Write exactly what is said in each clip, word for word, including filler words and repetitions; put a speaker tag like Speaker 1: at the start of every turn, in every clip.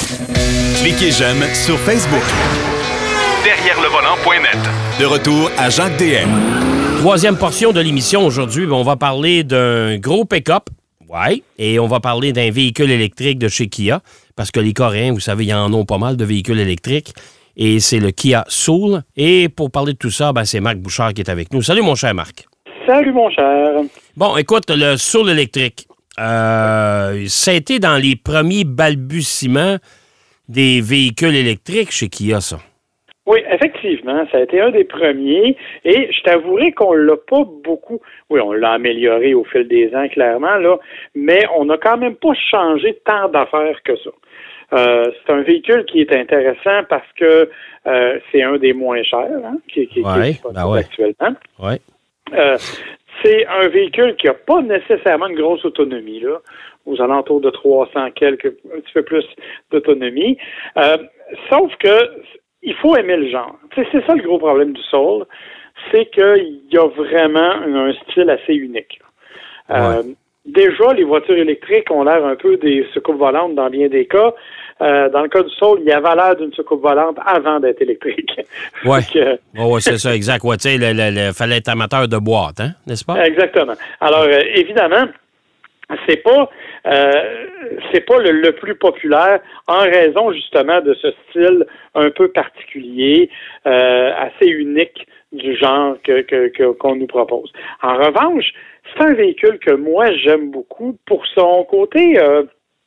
Speaker 1: Cliquez j'aime sur Facebook.
Speaker 2: Derrière le volant point net.
Speaker 1: De retour à Jacques D M.
Speaker 3: Troisième portion de l'émission aujourd'hui, on va parler d'un gros pick-up. Ouais. Et on va parler d'un véhicule électrique de chez Kia. Parce que les Coréens, vous savez, ils en ont pas mal de véhicules électriques. Et c'est le Kia Soul. Et pour parler de tout ça, ben, c'est Marc Bouchard qui est avec nous. Salut, mon cher Marc.
Speaker 4: Salut, mon cher.
Speaker 3: Bon, écoute, le Soul électrique, euh, ça a été dans les premiers balbutiements des véhicules électriques chez Kia, ça.
Speaker 4: Oui, effectivement, ça a été un des premiers. Et je t'avouerai qu'on l'a pas beaucoup... Oui, on l'a amélioré au fil des ans, clairement, là, mais on n'a quand même pas changé tant d'affaires que ça. Euh, c'est un véhicule qui est intéressant parce que euh, c'est un des moins chers, hein, qui, qui,
Speaker 3: ouais,
Speaker 4: qui est
Speaker 3: ben ouais.
Speaker 4: actuellement.
Speaker 3: Ouais.
Speaker 4: Euh, c'est un véhicule qui n'a pas nécessairement une grosse autonomie, là, aux alentours de trois cents quelques, un petit peu plus d'autonomie. Euh, sauf que il faut aimer le genre. T'sais, c'est ça le gros problème du Soul, c'est qu'il y a vraiment un style assez unique. Ouais. Euh, déjà, les voitures électriques ont l'air un peu des soucoupes volantes dans bien des cas. Euh, dans le cas du Soul, il y avait l'air d'une soucoupe volante avant d'être électrique.
Speaker 3: Oui,
Speaker 4: euh,
Speaker 3: oh, ouais, c'est ça, exact. Ouais, tu sais, il fallait être amateur de boîte, hein, n'est-ce pas?
Speaker 4: Exactement. Alors, euh, évidemment, c'est pas euh, c'est pas le, le plus populaire en raison justement de ce style un peu particulier, euh, assez unique du genre que, que, que qu'on nous propose. En revanche, c'est un véhicule que moi j'aime beaucoup pour son côté euh,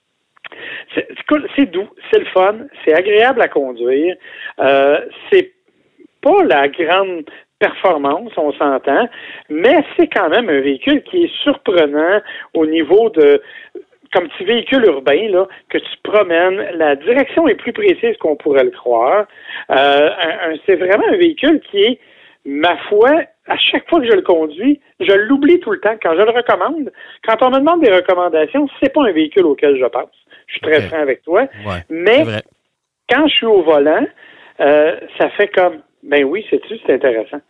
Speaker 4: c'est, c'est doux, c'est le fun, c'est agréable à conduire, euh, c'est pas la grande performance, on s'entend, mais c'est quand même un véhicule qui est surprenant au niveau de, comme petit véhicule urbain, là, que tu promènes, la direction est plus précise qu'on pourrait le croire. Euh, un, un, c'est vraiment un véhicule qui est, ma foi, à chaque fois que je le conduis, je l'oublie tout le temps. Quand je le recommande, quand on me demande des recommandations, c'est pas un véhicule auquel je pense. Je suis très okay. franc avec toi.
Speaker 3: Ouais,
Speaker 4: mais quand je suis au volant, euh, ça fait comme, ben oui, sais-tu, c'est intéressant.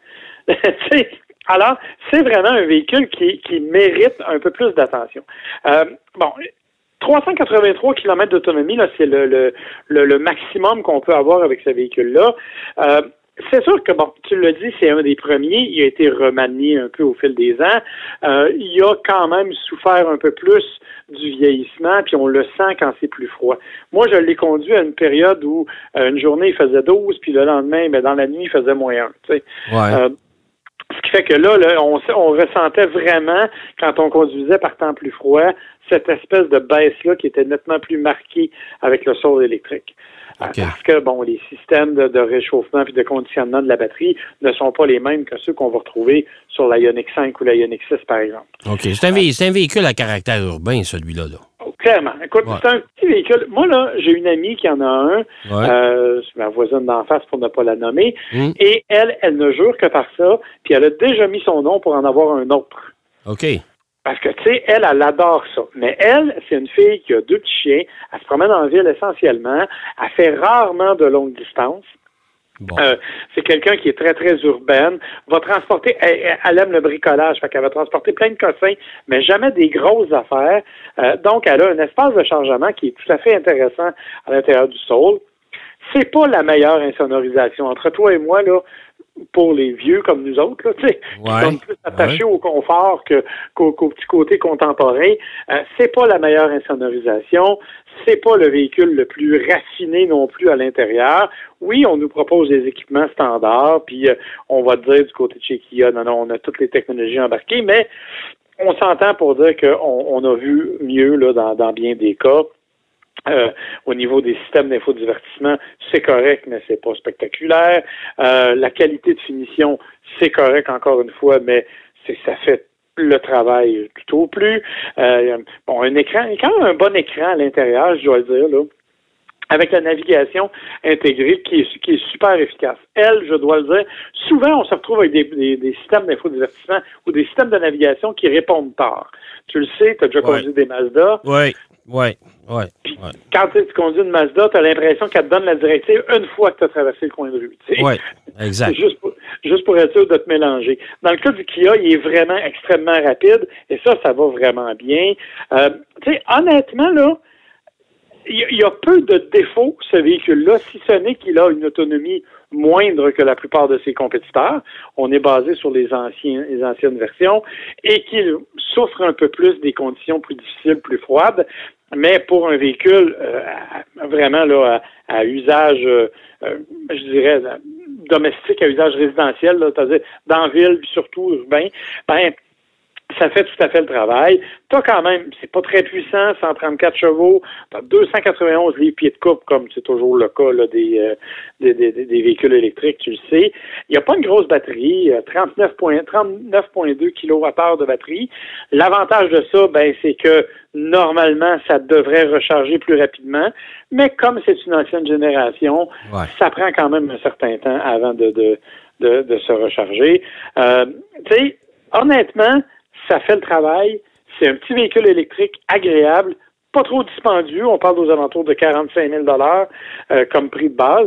Speaker 4: Alors, c'est vraiment un véhicule qui, qui mérite un peu plus d'attention. Euh, bon, trois cent quatre-vingt-trois kilomètres d'autonomie, là, c'est le, le, le, le maximum qu'on peut avoir avec ce véhicule-là. Euh, c'est sûr que, bon, tu l'as dit, c'est un des premiers. Il a été remanié un peu au fil des ans. Euh, il a quand même souffert un peu plus du vieillissement, puis on le sent quand c'est plus froid. Moi, je l'ai conduit à une période où euh, une journée, il faisait douze, puis le lendemain, ben, dans la nuit, il faisait moins un. Tu sais.
Speaker 3: Ouais.
Speaker 4: Euh, ce qui fait que là, là on, on ressentait vraiment, quand on conduisait par temps plus froid, cette espèce de baisse-là qui était nettement plus marquée avec le Soul électrique. Okay. Parce que, bon, les systèmes de, de réchauffement et de conditionnement de la batterie ne sont pas les mêmes que ceux qu'on va retrouver sur la Ioniq cinq ou la Ioniq six, par exemple.
Speaker 3: OK. C'est un, vé- c'est un véhicule à caractère urbain, celui-là, là.
Speaker 4: Oh, clairement. Écoute, ouais. C'est un petit véhicule. Moi, là, j'ai une amie qui en a un.
Speaker 3: Ouais.
Speaker 4: Euh, c'est ma voisine d'en face pour ne pas la nommer.
Speaker 3: Mm.
Speaker 4: Et elle, elle ne jure que par ça. Puis elle a déjà mis son nom pour en avoir un autre.
Speaker 3: OK.
Speaker 4: Parce que, tu sais, elle, elle adore ça. Mais elle, c'est une fille qui a deux petits chiens. Elle se promène en ville essentiellement. Elle fait rarement de longue distance.
Speaker 3: Bon.
Speaker 4: Euh, c'est quelqu'un qui est très, très urbaine. Va transporter, elle, elle aime le bricolage, fait qu'elle va transporter plein de cossins, mais jamais des grosses affaires. Euh, donc, elle a un espace de chargement qui est tout à fait intéressant à l'intérieur du Soul. C'est pas la meilleure insonorisation. Entre toi et moi, là, pour les vieux comme nous autres, là, tu sais, qui
Speaker 3: ouais.
Speaker 4: sont plus attachés
Speaker 3: ouais.
Speaker 4: au confort que, qu'au, qu'au petit côté contemporain, euh, c'est pas la meilleure insonorisation, c'est pas le véhicule le plus raffiné non plus à l'intérieur. Oui, on nous propose des équipements standards, puis euh, on va dire du côté de chez Kia, non, non, on a toutes les technologies embarquées, mais on s'entend pour dire qu'on on a vu mieux là dans, dans bien des cas. Euh, au niveau des systèmes d'infodivertissement, c'est correct, mais c'est pas spectaculaire. Euh, la qualité de finition, c'est correct encore une fois, mais c'est, ça fait le travail tout au plus. Euh, bon, un écran, quand même un bon écran à l'intérieur, je dois le dire, là, avec la navigation intégrée qui est, qui est super efficace. Elle, je dois le dire, souvent on se retrouve avec des, des, des systèmes d'infodivertissement ou des systèmes de navigation qui répondent tard. Tu le sais, tu as déjà conduit ouais. des Mazda.
Speaker 3: Oui, oui, oui.
Speaker 4: Ouais. Quand tu conduis une Mazda, tu as l'impression qu'elle te donne la directive une fois que tu as traversé le coin de rue.
Speaker 3: Oui, exact.
Speaker 4: C'est juste pour, juste pour être sûr de te mélanger. Dans le cas du Kia, il est vraiment extrêmement rapide et ça, ça va vraiment bien. Euh, tu sais, honnêtement, là, il y, y a peu de défauts, ce véhicule-là, si ce n'est qu'il a une autonomie moindre que la plupart de ses compétiteurs. On est basé sur les anciens, les anciennes versions et qu'il souffre un peu plus des conditions plus difficiles, plus froides. Mais pour un véhicule euh, vraiment là à, à usage, euh, je dirais domestique, à usage résidentiel, là, c'est-à-dire dans la ville, puis surtout urbain, ben ça fait tout à fait le travail. T'as quand même, c'est pas très puissant, cent trente-quatre chevaux, t'as deux cent quatre-vingt-onze livres pieds de coupe, comme c'est toujours le cas là, des, euh, des, des, des véhicules électriques, tu le sais. Il n'y a pas une grosse batterie, trente-neuf virgule deux kilowattheures de batterie. L'avantage de ça, ben, c'est que normalement, ça devrait recharger plus rapidement, mais comme c'est une ancienne génération, ouais. ça prend quand même un certain temps avant de, de, de, de se recharger. Euh, tu sais, honnêtement, ça fait le travail. C'est un petit véhicule électrique agréable, pas trop dispendieux. On parle aux alentours de quarante-cinq mille dollars euh, comme prix de base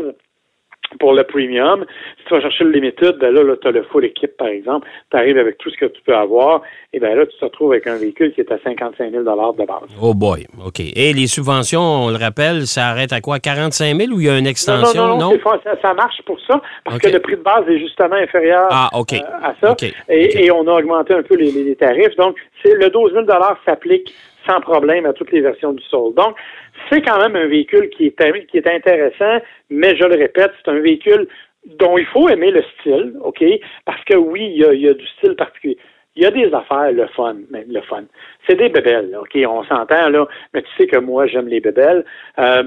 Speaker 4: pour le premium. Si tu vas chercher le limited, ben là, là tu as le full équipe, par exemple. Tu arrives avec tout ce que tu peux avoir. Et bien là, tu te retrouves avec un véhicule qui est à cinquante-cinq mille dollars de base.
Speaker 3: Oh boy, OK. Et les subventions, on le rappelle, ça arrête à quoi? quarante-cinq mille ou il y a une extension?
Speaker 4: Non, non, non, non, non? Ça, ça marche pour ça, parce okay. que le prix de base est justement inférieur
Speaker 3: ah, okay.
Speaker 4: euh, à ça.
Speaker 3: Okay.
Speaker 4: Et,
Speaker 3: okay.
Speaker 4: et on a augmenté un peu les, les, les tarifs. Donc, c'est, le douze mille dollars s'applique sans problème à toutes les versions du Soul. Donc, c'est quand même un véhicule qui est, qui est intéressant, mais je le répète, c'est un véhicule dont il faut aimer le style, OK? Parce que oui, il y a, il y a du style particulier. Il y a des affaires, le fun, mais le fun. C'est des bébelles, OK? On s'entend, là, mais tu sais que moi, j'aime les bébelles. Euh,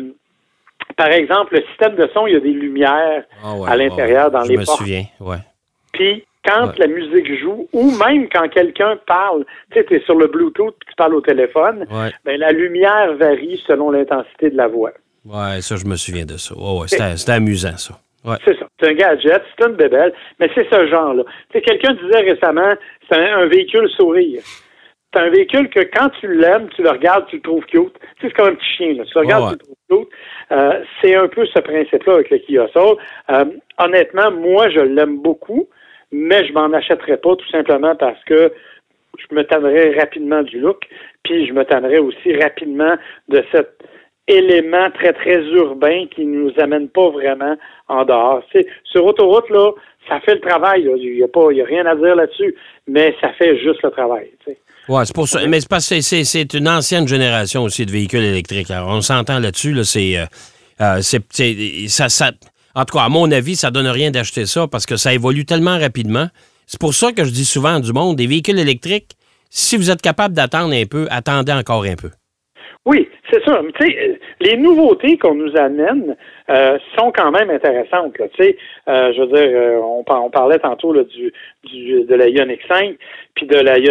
Speaker 4: par exemple, le système de son, il y a des lumières oh ouais, à l'intérieur oh, dans
Speaker 3: je
Speaker 4: les
Speaker 3: me
Speaker 4: portes.
Speaker 3: souviens, ouais.
Speaker 4: Puis, quand ouais. la musique joue, ou même quand quelqu'un parle, tu sais, tu es sur le Bluetooth puis tu parles au téléphone,
Speaker 3: ouais.
Speaker 4: ben la lumière varie selon l'intensité de la voix.
Speaker 3: Ouais, ça, je me souviens de ça. Oh, ouais, c'était, c'était amusant, ça. Ouais.
Speaker 4: C'est ça. C'est un gadget, c'est une bébelle, mais c'est ce genre-là. Tu sais, quelqu'un disait récemment, c'est un, un véhicule sourire. C'est un véhicule que quand tu l'aimes, tu le regardes, tu le trouves cute. Tu sais, c'est comme un petit chien, là. Tu le regardes, oh, ouais. tu le trouves cute. Euh, c'est un peu ce principe-là avec le Kia Soul. Euh, honnêtement, moi, je l'aime beaucoup, mais je m'en achèterais pas tout simplement parce que je me tannerais rapidement du look, puis je me tannerais aussi rapidement de cet élément très, très urbain qui nous amène pas vraiment en dehors. C'est, sur autoroute, là, ça fait le travail. Il n'y a pas, il y a rien à dire là-dessus, mais ça fait juste le travail. T'sais.
Speaker 3: Ouais, c'est pour ça. Mais c'est parce que c'est, c'est une ancienne génération aussi de véhicules électriques. Alors, on s'entend là-dessus. Là, c'est, euh, c'est, c'est ça, ça. En tout cas, à mon avis, ça donne rien d'acheter ça parce que ça évolue tellement rapidement. C'est pour ça que je dis souvent du monde, des véhicules électriques, si vous êtes capable d'attendre un peu, attendez encore un peu.
Speaker 4: Oui, c'est sûr. Tu sais, les nouveautés qu'on nous amène euh, sont quand même intéressantes. Tu sais, euh, je veux dire, euh, on, on parlait tantôt là, du, du de la Ioniq cinq puis de la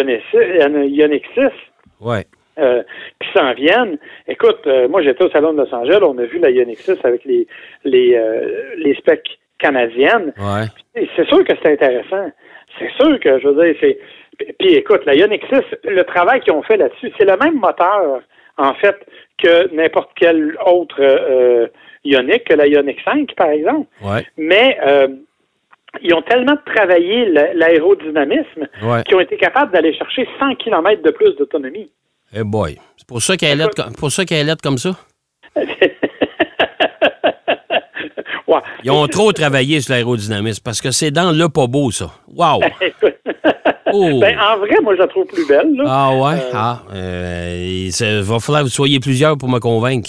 Speaker 4: Ioniq six.
Speaker 3: Ouais.
Speaker 4: Euh, qui s'en viennent. Écoute, euh, moi j'étais au salon de Los Angeles, on a vu la Ioniq six avec les les euh, les specs canadiennes.
Speaker 3: Ouais.
Speaker 4: Puis, c'est sûr que c'est intéressant. C'est sûr que je veux dire, c'est. Puis écoute, la Ioniq six, le travail qu'ils ont fait là-dessus, c'est le même moteur en fait que n'importe quel autre euh, Ioniq, que la Ioniq cinq par exemple.
Speaker 3: Ouais.
Speaker 4: Mais euh, ils ont tellement travaillé l'aérodynamisme
Speaker 3: ouais.
Speaker 4: qu'ils ont été capables d'aller chercher cent kilomètres de plus d'autonomie.
Speaker 3: Eh hey boy. C'est pour ça qu'elle est lettre, pour ça qu'elle est lettre comme ça?
Speaker 4: ouais.
Speaker 3: Ils ont trop travaillé sur l'aérodynamisme parce que c'est dans le pas beau, ça. Wow!
Speaker 4: oh. Ben, en vrai, moi, je la trouve plus belle. Là.
Speaker 3: Ah ouais?
Speaker 4: Euh...
Speaker 3: Ah, euh, il va falloir que vous soyez plusieurs pour me convaincre.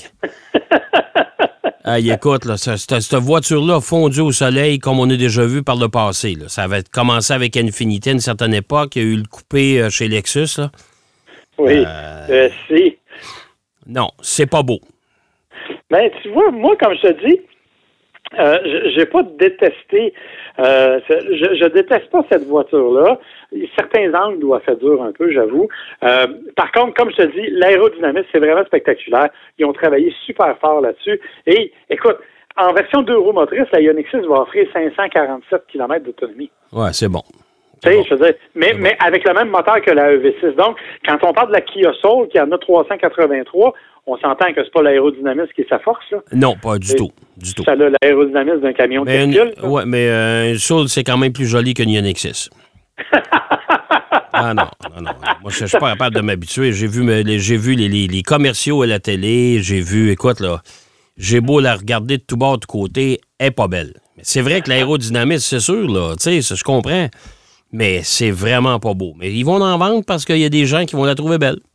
Speaker 3: Hey, écoute, là, cette, cette voiture-là fondue au soleil, comme on a déjà vu par le passé. Là. Ça avait commencé avec Infiniti à une certaine époque. Il y a eu le coupé chez Lexus, là.
Speaker 4: Oui,
Speaker 3: euh...
Speaker 4: euh, c'est...
Speaker 3: Non, c'est pas beau.
Speaker 4: Ben, tu vois, moi, comme je te dis, euh, j'ai pas détesté, euh, je, je déteste pas cette voiture-là. Certains angles doivent faire dur un peu, j'avoue. Euh, par contre, comme je te dis, l'aérodynamisme, c'est vraiment spectaculaire. Ils ont travaillé super fort là-dessus. Et, écoute, en version deux roues motrices, la Ioniq six va offrir cinq cent quarante-sept kilomètres d'autonomie.
Speaker 3: Ouais, c'est bon.
Speaker 4: Tu sais, je veux dire, mais, bon. mais avec le même moteur que la E V six. Donc, quand on parle de la Kia Soul, qui en a trois cent quatre-vingt-trois, on s'entend que c'est pas l'aérodynamisme qui est sa force, là.
Speaker 3: Non, pas du Et tout. Du tout.
Speaker 4: Ça a l'aérodynamisme d'un camion de circule.
Speaker 3: Oui, mais euh, un Soul, c'est quand même plus joli qu'une Ioniq six. Ah non, non, non. Moi, je suis pas capable de m'habituer. J'ai vu, j'ai vu les, les, les commerciaux à la télé. J'ai vu, écoute, là, j'ai beau la regarder de tout bord, de tout côté, elle est pas belle. Mais c'est vrai que l'aérodynamisme, c'est sûr, là, tu sais, je comprends. Mais c'est vraiment pas beau. Mais ils vont en vendre parce qu'il y a des gens qui vont la trouver belle.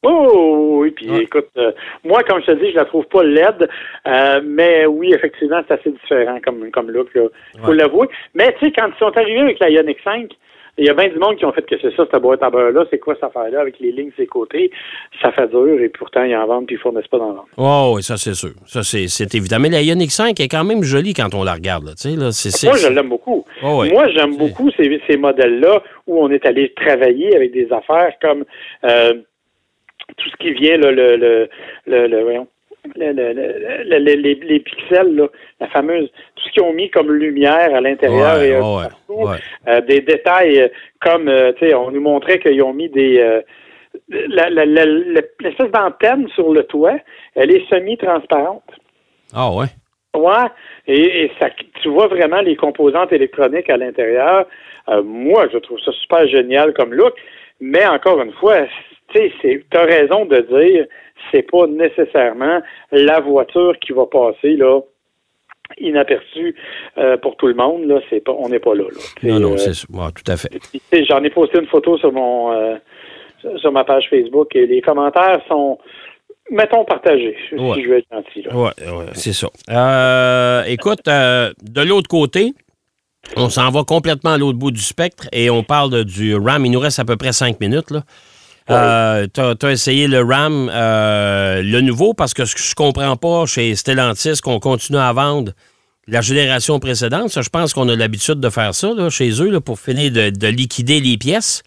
Speaker 4: Oh oui, puis
Speaker 3: ouais.
Speaker 4: écoute, euh, moi, comme je te dis, je la trouve pas laide, euh, mais oui, effectivement, c'est assez différent comme, comme look, là. Faut ouais. l'avouer. Mais tu sais, quand ils sont arrivés avec la Ioniq cinq, il y a bien du monde qui ont fait que c'est ça, cette boîte à beurre-là, c'est quoi cette affaire-là, avec les lignes de ses côtés, ça fait dur, et pourtant, ils en vendent, puis ils fournissent pas d'en vendre.
Speaker 3: Oh oui, ça, c'est sûr. Ça, c'est, c'est évident. Mais la Ioniq cinq est quand même jolie quand on la regarde, là, tu sais, là. C'est, c'est,
Speaker 4: moi, je l'aime beaucoup.
Speaker 3: Oh, ouais.
Speaker 4: Moi, j'aime
Speaker 3: c'est...
Speaker 4: beaucoup ces, ces modèles-là où on est allé travailler avec des affaires comme euh, tout ce qui vient, là, le, le, le, le, voyons, le, le, le, le, les, les pixels, là, la fameuse, tout ce qu'ils ont mis comme lumière à l'intérieur
Speaker 3: ouais,
Speaker 4: et euh,
Speaker 3: ouais,
Speaker 4: partout,
Speaker 3: ouais.
Speaker 4: Euh, des détails euh, comme, euh, tu sais, on nous montrait qu'ils ont mis des... Euh, la, la, la, la, l'espèce d'antenne sur le toit, elle est semi-transparente.
Speaker 3: Ah ouais?
Speaker 4: Ouais, et, et ça, tu vois vraiment les composantes électroniques à l'intérieur. Euh, moi, je trouve ça super génial comme look, mais encore une fois, tu sais, t'as raison de dire, c'est pas nécessairement la voiture qui va passer là inaperçue euh, pour tout le monde. Là, c'est pas, on n'est pas là. là.
Speaker 3: Non, non,
Speaker 4: euh,
Speaker 3: c'est ouais, tout à fait.
Speaker 4: J'en ai posté une photo sur mon euh, sur ma page Facebook et les commentaires sont, mettons, partagés,
Speaker 3: ouais.
Speaker 4: si je veux être gentil.
Speaker 3: Oui, ouais, c'est ça. Euh, écoute, euh, de l'autre côté, on s'en va complètement à l'autre bout du spectre et on parle de, du RAM. Il nous reste à peu près cinq minutes, là. Euh, t'as, t'as essayé le RAM, euh, le nouveau, parce que ce que je comprends pas chez Stellantis, qu'on continue à vendre la génération précédente. Ça, je pense qu'on a l'habitude de faire ça là, chez eux là, pour finir de, de liquider les pièces.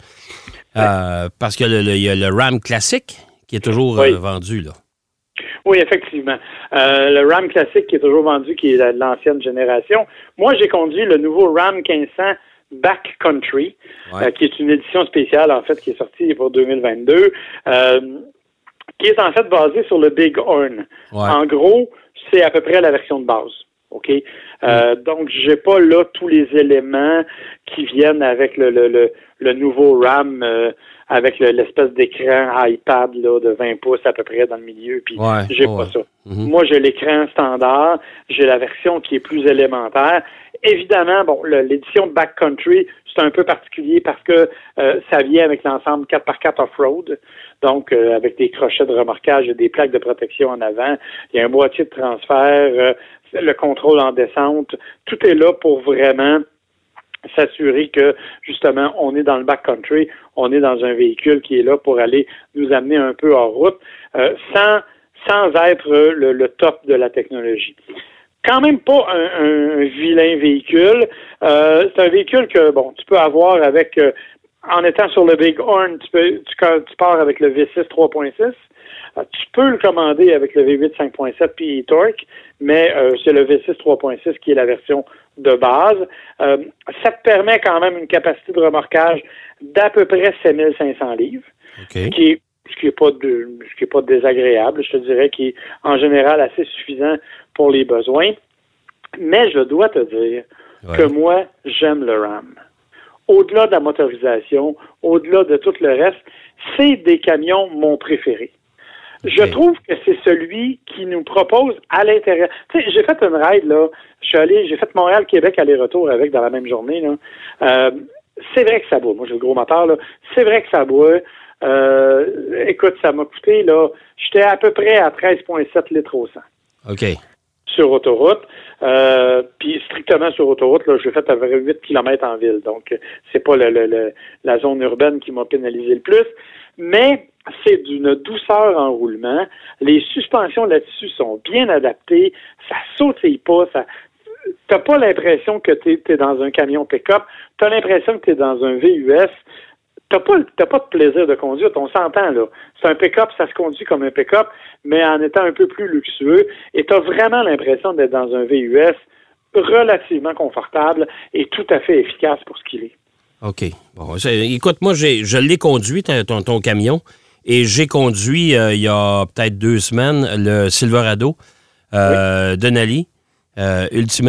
Speaker 3: Euh, parce qu'il y, y a le RAM classique qui est toujours
Speaker 4: oui.
Speaker 3: euh, vendu, là.
Speaker 4: Oui, effectivement. Euh, le RAM classique qui est toujours vendu, qui est de l'ancienne génération. Moi, j'ai conduit le nouveau RAM quinze cents Backcountry, ouais. euh, qui est une édition spéciale, en fait, qui est sortie pour deux mille vingt-deux, euh, qui est en fait basée sur le Big Horn. Ouais. En gros, c'est à peu près la version de base. OK? Euh, mm. Donc, j'ai pas là tous les éléments qui viennent avec le, le, le, le nouveau RAM, euh, avec le, l'espèce d'écran iPad là, de vingt pouces à peu près dans le milieu, puis ouais, j'ai oh pas ouais. ça. Mm-hmm. Moi, j'ai l'écran standard, j'ai la version qui est plus élémentaire. Évidemment, bon, le, l'édition Backcountry, c'est un peu particulier parce que euh, ça vient avec l'ensemble quatre par quatre off-road, donc euh, avec des crochets de remorquage et des plaques de protection en avant. Il y a un boîtier de transfert, euh, le contrôle en descente. Tout est là pour vraiment s'assurer que, justement, on est dans le backcountry, on est dans un véhicule qui est là pour aller nous amener un peu hors route, euh, sans, sans être le, le top de la technologie. Quand même pas un, un vilain véhicule. Euh, c'est un véhicule que, bon, tu peux avoir avec, euh, en étant sur le Big Horn, tu peux, tu, tu pars avec le V six trois point six. Euh, tu peux le commander avec le V huit cinq point sept puis e-Torque, mais euh, c'est le V six trois point six qui est la version de base. Euh, ça te permet quand même une capacité de remorquage d'à peu près sept mille cinq cents livres, okay. ce qui est ce qui est pas de, ce qui est pas désagréable, je te dirais, qui est en général assez suffisant pour les besoins. Mais je dois te dire ouais. que moi, j'aime le RAM. Au-delà de la motorisation, au-delà de tout le reste, c'est des camions mon préféré. Okay. Je trouve que c'est celui qui nous propose à l'intérieur. Tu sais, j'ai fait une ride, là. Je suis allé, j'ai fait Montréal-Québec aller-retour avec dans la même journée, là. Euh, c'est vrai que ça boit. Moi, j'ai le gros moteur, là. C'est vrai que ça boit. Euh, écoute, ça m'a coûté, là, j'étais à peu près à treize virgule sept litres au cent.
Speaker 3: OK.
Speaker 4: Sur autoroute. Euh, puis strictement sur autoroute, là, j'ai fait à peu près huit kilomètres en ville. Donc, c'est pas le, le, le, la zone urbaine qui m'a pénalisé le plus. Mais c'est d'une douceur en roulement. Les suspensions là-dessus sont bien adaptées. Ça sautille pas. Ça... T'as pas l'impression que t'es, t'es dans un camion pick-up. T'as l'impression que t'es dans un V U S. T'as pas, t'as pas de plaisir de conduire, on s'entend, là. C'est un pick-up, ça se conduit comme un pick-up, mais en étant un peu plus luxueux. Et t'as vraiment l'impression d'être dans un V U S relativement confortable et tout à fait efficace pour ce qu'il est.
Speaker 3: OK. Bon, écoute, moi, j'ai, je l'ai conduit, ton, ton camion, et j'ai conduit, euh, il y a peut-être deux semaines, le Silverado euh, oui. Denali euh, Ultimate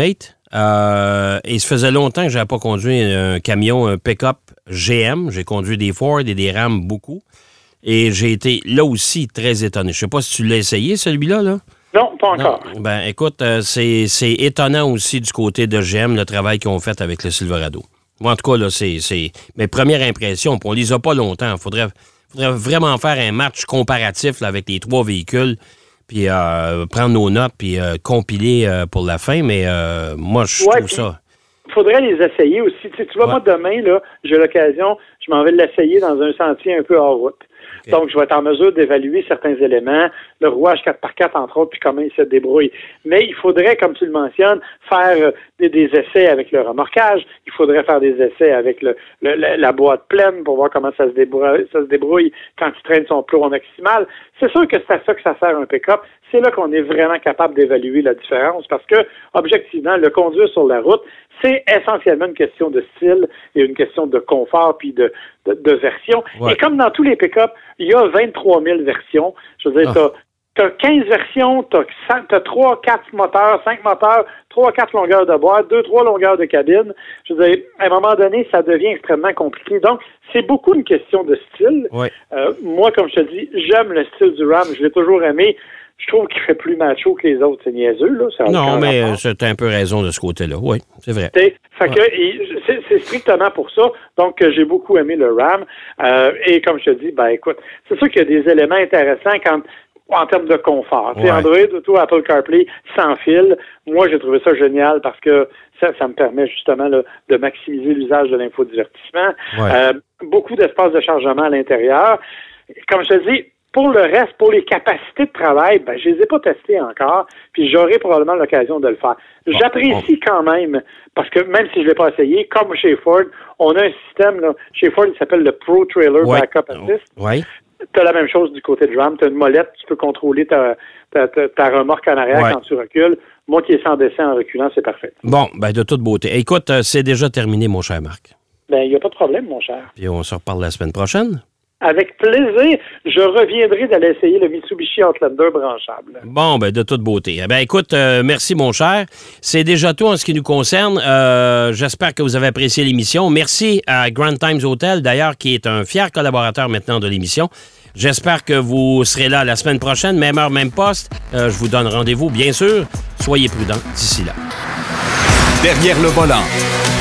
Speaker 3: Euh, et ça faisait longtemps que je n'avais pas conduit un camion, un pick-up G M. J'ai conduit des Ford et des Ram beaucoup. Et j'ai été là aussi très étonné. Je ne sais pas si tu l'as essayé, celui-là, là?
Speaker 4: Non, pas encore.
Speaker 3: Non. Ben, écoute, euh, c'est, c'est étonnant aussi du côté de G M, le travail qu'ils ont fait avec le Silverado. Moi, en tout cas, là, c'est, c'est mes premières impressions. Puis on les a pas longtemps. Il faudrait, faudrait vraiment faire un match comparatif là, avec les trois véhicules, puis euh, prendre nos notes, puis euh, compiler euh, pour la fin. Mais euh, moi, je
Speaker 4: ouais,
Speaker 3: trouve ça...
Speaker 4: Il faudrait les essayer aussi. Tu, sais, tu vois, ouais. moi, demain, là, j'ai l'occasion, je m'en vais l'essayer dans un sentier un peu hors route. Okay. Donc, je vais être en mesure d'évaluer certains éléments, le rouage quatre par quatre, entre autres, puis comment il se débrouille. Mais il faudrait, comme tu le mentionnes, faire euh, des, des essais avec le remorquage. Il faudrait faire des essais avec le, le, la, la boîte pleine pour voir comment ça se débrouille, ça se débrouille quand il traîne son plomb maximal. C'est sûr que c'est à ça que ça sert un pick-up. C'est là qu'on est vraiment capable d'évaluer la différence parce que, objectivement, le conduire sur la route, c'est essentiellement une question de style et une question de confort puis de, de, de version. Ouais. Et comme dans tous les pick-up, il y a vingt-trois mille versions. Je veux dire, oh. t'as, t'as quinze versions, t'as, t'as trois, quatre moteurs, cinq moteurs, trois, quatre longueurs de boîte, deux, trois longueurs de cabine. Je veux dire, à un moment donné, ça devient extrêmement compliqué. Donc, c'est beaucoup une question de style. Ouais. Euh, moi, comme je te dis, j'aime le style du Ram. Je l'ai toujours aimé. Je trouve qu'il fait plus macho que les autres. C'est niaiseux, là.
Speaker 3: Non, mais tu as un peu raison de ce côté-là. Oui, c'est vrai.
Speaker 4: T'sais, fait
Speaker 3: ouais.
Speaker 4: que, c'est, c'est strictement pour ça. Donc, j'ai beaucoup aimé le Ram. Euh, et comme je te dis, ben écoute, c'est sûr qu'il y a des éléments intéressants quand, en termes de confort. Ouais. Android Auto, Apple CarPlay, sans fil. Moi, j'ai trouvé ça génial parce que ça, ça me permet justement là, de maximiser l'usage de l'infodivertissement. Ouais. Euh, beaucoup d'espace de chargement à l'intérieur. Comme je te dis, pour le reste, pour les capacités de travail, ben, je les ai pas testées encore, puis j'aurai probablement l'occasion de le faire. Bon, J'apprécie bon. quand même, parce que même si je l'ai pas essayé, comme chez Ford, on a un système, là, chez Ford, il s'appelle le Pro Trailer ouais. Backup Assist.
Speaker 3: Oui.
Speaker 4: Tu as la même chose du côté de Ram. Tu as une molette, tu peux contrôler ta, ta, ta, ta remorque en arrière ouais. quand tu recules. Moi qui est sans dessin en reculant, c'est parfait.
Speaker 3: Bon, ben de toute beauté. Écoute, c'est déjà terminé, mon cher Marc.
Speaker 4: Ben, il n'y a pas de problème, mon cher.
Speaker 3: Puis on se reparle la semaine prochaine.
Speaker 4: Avec plaisir, je reviendrai d'aller essayer le Mitsubishi Outlander branchable.
Speaker 3: Bon, ben de toute beauté. Eh ben écoute, euh, merci mon cher. C'est déjà tout en ce qui nous concerne. Euh, j'espère que vous avez apprécié l'émission. Merci à Grand Times Hotel, d'ailleurs, qui est un fier collaborateur maintenant de l'émission. J'espère que vous serez là la semaine prochaine, même heure, même poste. Euh, je vous donne rendez-vous, bien sûr. Soyez prudents d'ici là.
Speaker 1: Derrière le volant.